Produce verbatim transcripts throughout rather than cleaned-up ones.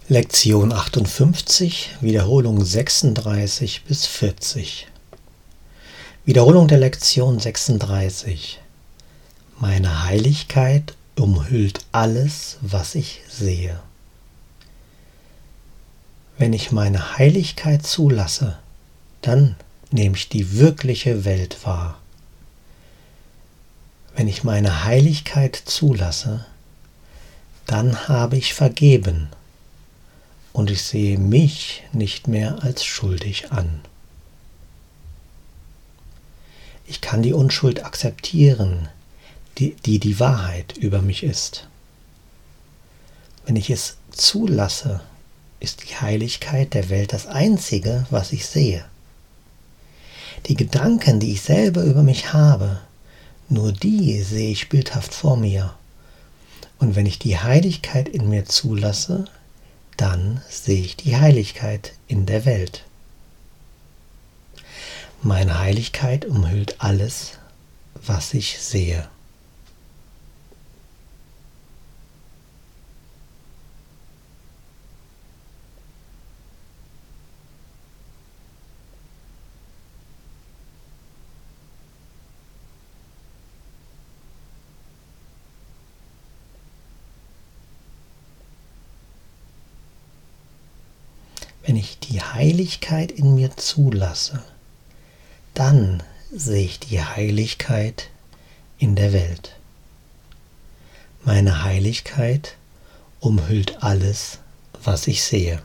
Lektion achtundfünfzig, Wiederholung sechsunddreißig bis vierzig. Wiederholung der Lektion sechsunddreißig. Meine Heiligkeit umhüllt alles, was ich sehe. Wenn ich meine Heiligkeit zulasse, dann nehme ich die wirkliche Welt wahr. Wenn ich meine Heiligkeit zulasse, dann habe ich vergeben und ich sehe mich nicht mehr als schuldig an. Ich kann die Unschuld akzeptieren, die die, die Wahrheit über mich ist. Wenn ich es zulasse, ist die Heiligkeit der Welt das Einzige, was ich sehe. Die Gedanken, die ich selber über mich habe, nur die sehe ich bildhaft vor mir. Und wenn ich die Heiligkeit in mir zulasse, dann sehe ich die Heiligkeit in der Welt. Meine Heiligkeit umhüllt alles, was ich sehe. Wenn ich die Heiligkeit in mir zulasse, dann sehe ich die Heiligkeit in der Welt. Meine Heiligkeit umhüllt alles, was ich sehe.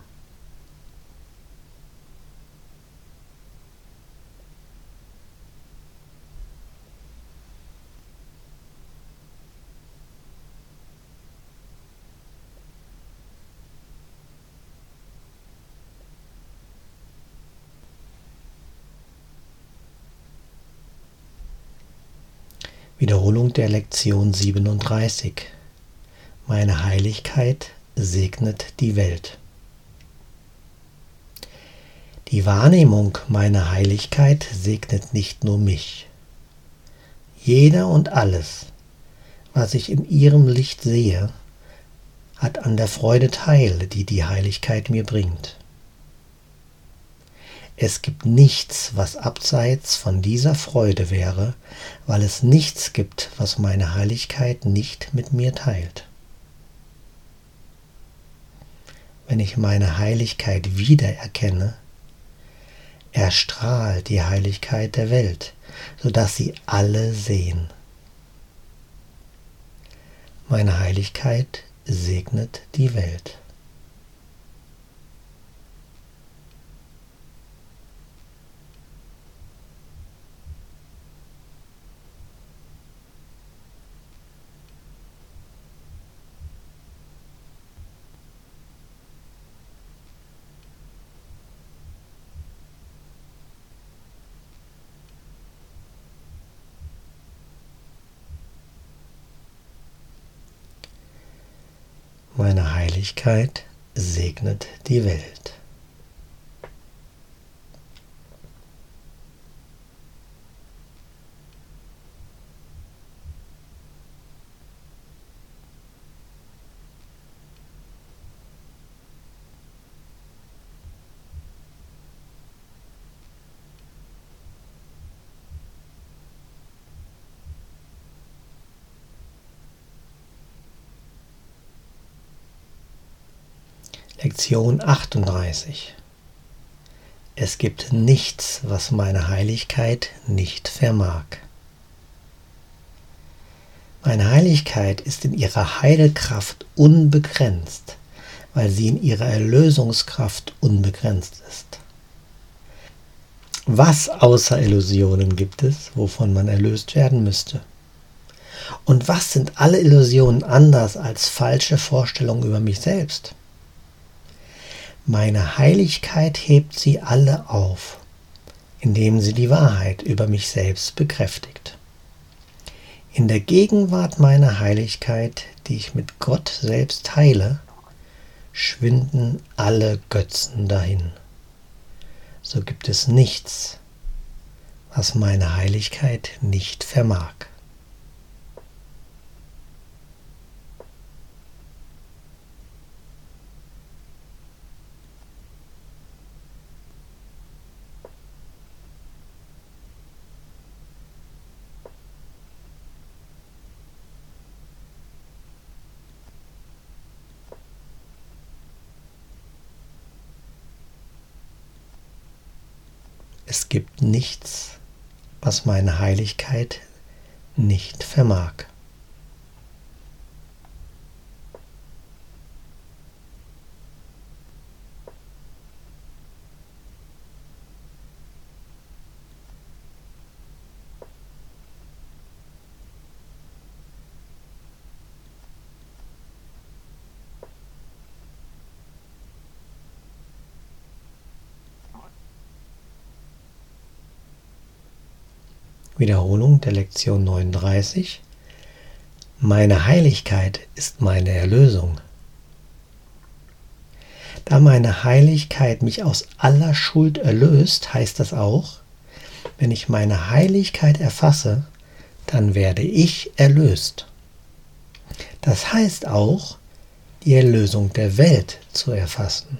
Wiederholung der Lektion siebenunddreißig. Meine Heiligkeit segnet die Welt. Die Wahrnehmung meiner Heiligkeit segnet nicht nur mich. Jeder und alles, was ich in ihrem Licht sehe, hat an der Freude teil, die die Heiligkeit mir bringt. Es gibt nichts, was abseits von dieser Freude wäre, weil es nichts gibt, was meine Heiligkeit nicht mit mir teilt. Wenn ich meine Heiligkeit wiedererkenne, erstrahlt die Heiligkeit der Welt, sodass sie alle sehen. Meine Heiligkeit segnet die Welt. Meine Heiligkeit segnet die Welt. Lektion achtunddreißig. Es gibt nichts, was meine Heiligkeit nicht vermag. Meine Heiligkeit ist in ihrer Heilkraft unbegrenzt, weil sie in ihrer Erlösungskraft unbegrenzt ist. Was außer Illusionen gibt es, wovon man erlöst werden müsste? Und was sind alle Illusionen anders als falsche Vorstellungen über mich selbst? Meine Heiligkeit hebt sie alle auf, indem sie die Wahrheit über mich selbst bekräftigt. In der Gegenwart meiner Heiligkeit, die ich mit Gott selbst teile, schwinden alle Götzen dahin. So gibt es nichts, was meine Heiligkeit nicht vermag. Es gibt nichts, was meine Heiligkeit nicht vermag. Wiederholung der Lektion neununddreißig. Meine Heiligkeit ist meine Erlösung. Da meine Heiligkeit mich aus aller Schuld erlöst, heißt das auch, wenn ich meine Heiligkeit erfasse, dann werde ich erlöst. Das heißt auch, die Erlösung der Welt zu erfassen.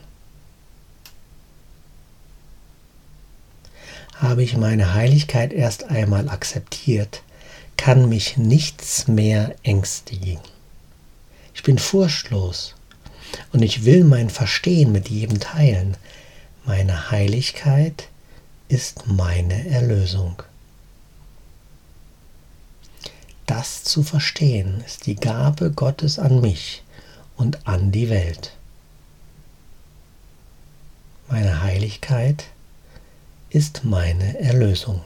Habe ich meine Heiligkeit erst einmal akzeptiert, kann mich nichts mehr ängstigen. Ich bin furchtlos und ich will mein Verstehen mit jedem teilen. Meine Heiligkeit ist meine Erlösung. Das zu verstehen ist die Gabe Gottes an mich und an die Welt. Meine Heiligkeit ist meine Erlösung.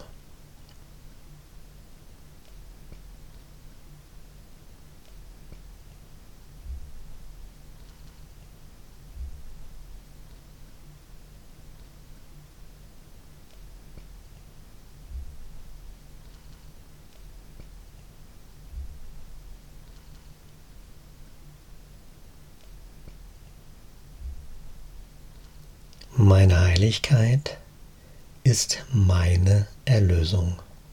Meine Heiligkeit ist meine Erlösung.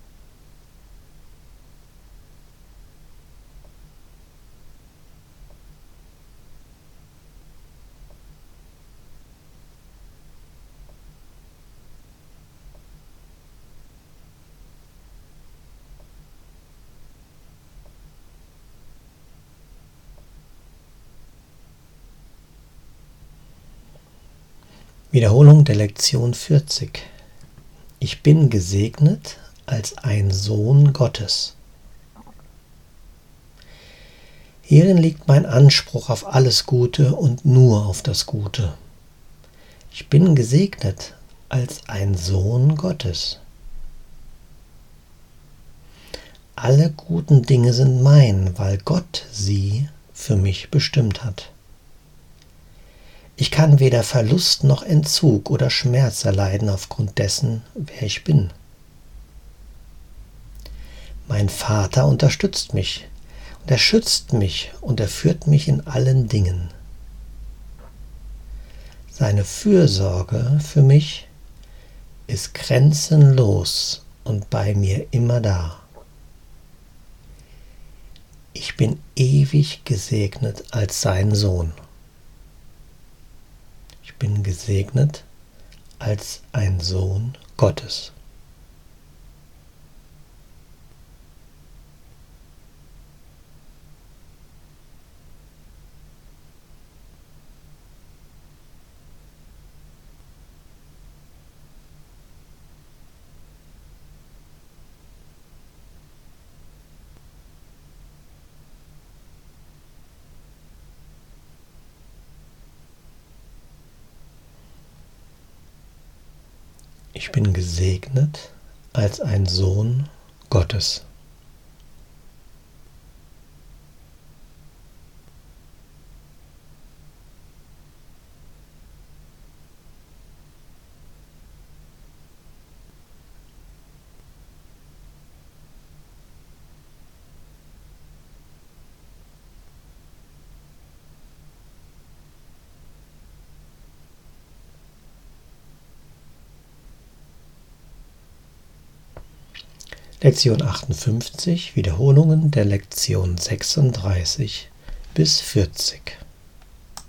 Wiederholung der Lektion vierzig. Ich bin gesegnet als ein Sohn Gottes. Hierin liegt mein Anspruch auf alles Gute und nur auf das Gute. Ich bin gesegnet als ein Sohn Gottes. Alle guten Dinge sind mein, weil Gott sie für mich bestimmt hat. Ich kann weder Verlust noch Entzug oder Schmerz erleiden aufgrund dessen, wer ich bin. Mein Vater unterstützt mich und er schützt mich und er führt mich in allen Dingen. Seine Fürsorge für mich ist grenzenlos und bei mir immer da. Ich bin ewig gesegnet als sein Sohn. Ich bin gesegnet als ein Sohn Gottes. Ich bin gesegnet als ein Sohn Gottes. Lektion achtundfünfzig, Wiederholungen der Lektion sechsunddreißig bis vierzig.